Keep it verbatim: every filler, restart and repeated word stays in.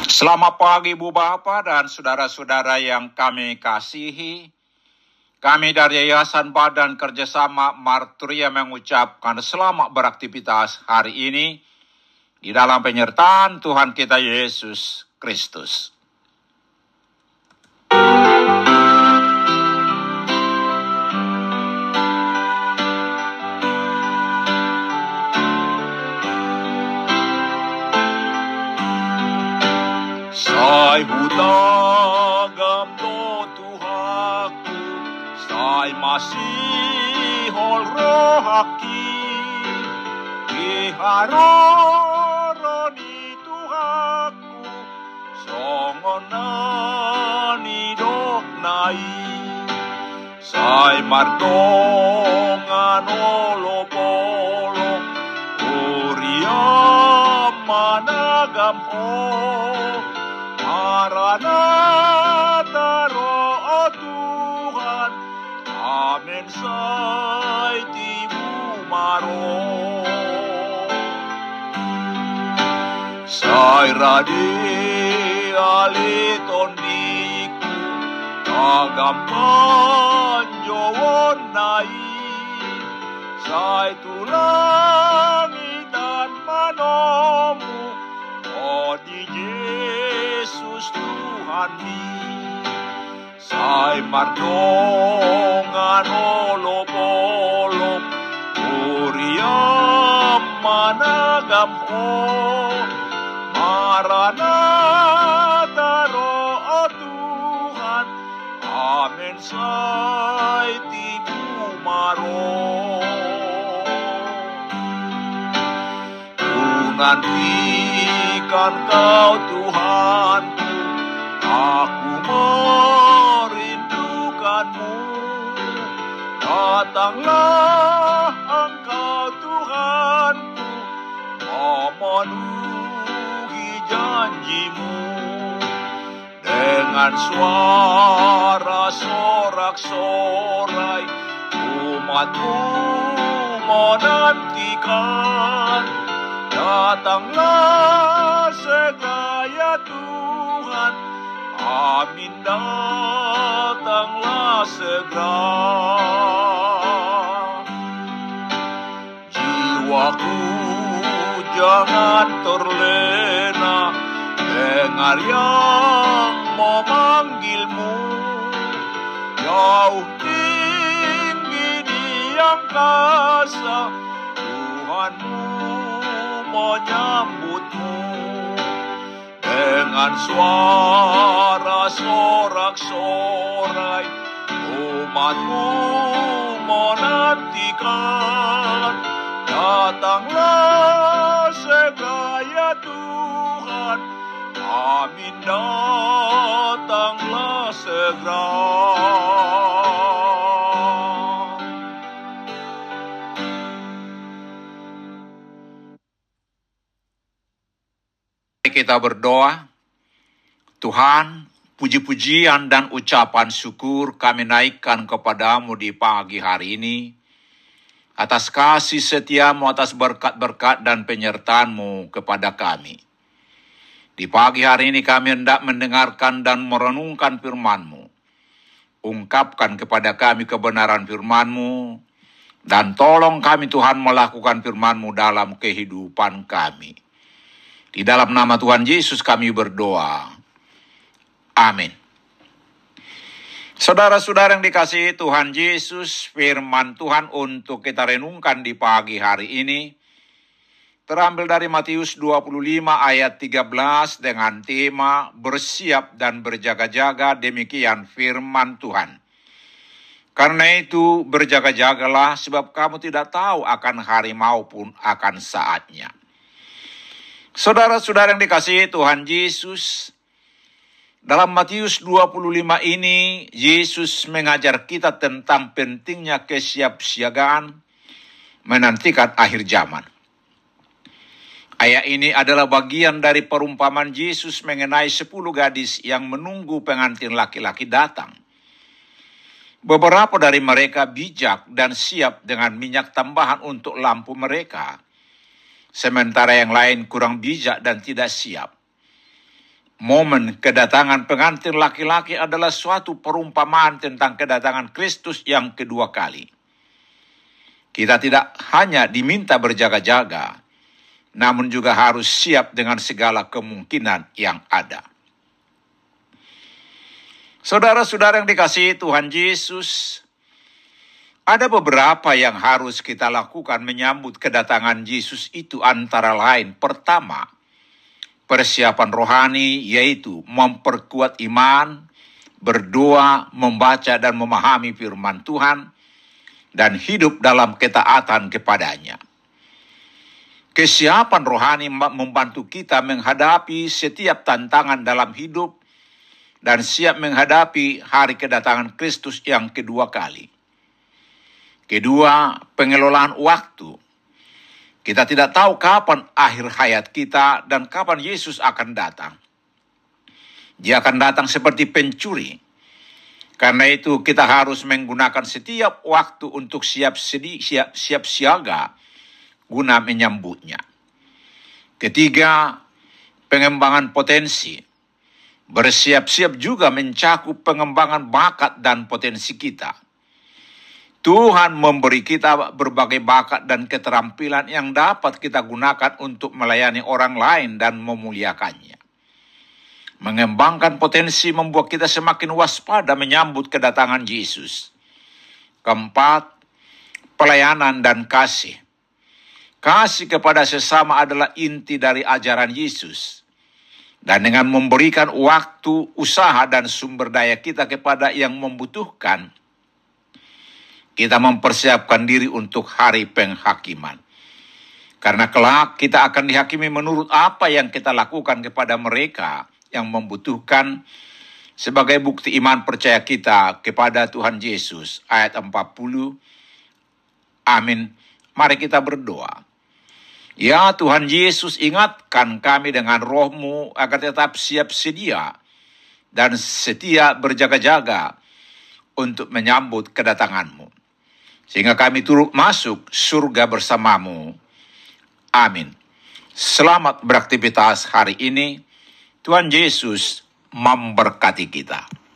Selamat pagi Bu Bapak dan saudara-saudara yang kami kasihi. Kami dari Yayasan Badan Kerjasama Marturia mengucapkan selamat beraktivitas hari ini di dalam penyertaan Tuhan kita Yesus Kristus. Sai hutagam no Tuhaku, sai masihol rohaki, iharoroni Tuhaku, songonani doknai, sai mardongan olo-polo, uriam managam ho. Maranatha roh Tuhan, amin sai timu maro. Sai radi alitondiku, tagampan jowon nai, sai tulangitan manomu, odi Yesus Tuhan mi, sai mardongan olo-polo, uriam managam ho, Maranatha roh Tuhan, amin sai timu maro. Nantikan Kau Tuhanku, aku merindukanmu. Datanglah Engkau Tuhanku, memenuhi janjimu. Dengan suara sorak-sorai, umatmu menantikan. Datanglah segera ya Tuhan, amin datanglah segera. Jiwaku jangan terlena, dengar yang memanggilmu. Jauh tinggi di angkasa, Tuhanmu menyambutmu. Dengan suara sorak-sorai, umatmu menantikan. Datanglah segera ya Tuhan, amin datanglah segera. Kita berdoa. Tuhan, puji-pujian dan ucapan syukur kami naikkan kepadamu di pagi hari ini, atas kasih setiamu, atas berkat-berkat dan penyertaanmu kepada kami. Di pagi hari ini kami hendak mendengarkan dan merenungkan firman-Mu. Ungkapkan kepada kami kebenaran firman-Mu, dan tolong kami Tuhan melakukan firman-Mu dalam kehidupan kami. Di dalam nama Tuhan Yesus kami berdoa. Amin. Saudara-saudara yang dikasihi Tuhan Yesus, firman Tuhan untuk kita renungkan di pagi hari ini terambil dari Matius dua puluh lima ayat tiga belas dengan tema bersiap dan berjaga-jaga, demikian firman Tuhan. Karena itu berjaga-jagalah, sebab kamu tidak tahu akan hari maupun akan saatnya. Saudara-saudara yang dikasihi Tuhan Yesus, dalam Matius dua puluh lima ini, Yesus mengajar kita tentang pentingnya kesiapsiagaan menantikan akhir zaman. Ayat ini adalah bagian dari perumpamaan Yesus mengenai sepuluh gadis yang menunggu pengantin laki-laki datang. Beberapa dari mereka bijak dan siap dengan minyak tambahan untuk lampu mereka, sementara yang lain kurang bijak dan tidak siap. momen kedatangan pengantin laki-laki adalah suatu perumpamaan tentang kedatangan Kristus yang kedua kali. Kita tidak hanya diminta berjaga-jaga, namun juga harus siap dengan segala kemungkinan yang ada. Saudara-saudara yang dikasihi Tuhan Yesus, ada beberapa yang harus kita lakukan menyambut kedatangan Yesus itu, antara lain, pertama, persiapan rohani, yaitu memperkuat iman, berdoa, membaca dan memahami firman Tuhan, dan hidup dalam ketaatan kepadanya. Kesiapan rohani membantu kita menghadapi setiap tantangan dalam hidup dan siap menghadapi hari kedatangan Kristus yang kedua kali. Kedua, pengelolaan waktu. Kita tidak tahu kapan akhir hayat kita dan kapan Yesus akan datang. Dia akan datang seperti pencuri. Karena itu kita harus menggunakan setiap waktu untuk siap sedi, siap, siap siaga guna menyambutnya. Ketiga, pengembangan potensi. Bersiap-siap juga mencakup pengembangan bakat dan potensi kita. Tuhan memberi kita berbagai bakat dan keterampilan yang dapat kita gunakan untuk melayani orang lain dan memuliakannya. Mengembangkan potensi membuat kita semakin waspada menyambut kedatangan Yesus. Keempat, pelayanan dan kasih. Kasih kepada sesama adalah inti dari ajaran Yesus. Dan dengan memberikan waktu, usaha, dan sumber daya kita kepada yang membutuhkan, kita mempersiapkan diri untuk hari penghakiman. Karena kelak kita akan dihakimi menurut apa yang kita lakukan kepada mereka yang membutuhkan, sebagai bukti iman percaya kita kepada Tuhan Yesus. Ayat empat puluh. Amin. Mari kita berdoa. Ya Tuhan Yesus, ingatkan kami dengan roh-Mu agar tetap siap sedia dan setia berjaga-jaga untuk menyambut kedatangan-Mu, sehingga kami turut masuk surga bersama-Mu. Amin. Selamat beraktivitas hari ini. Tuhan Yesus memberkati kita.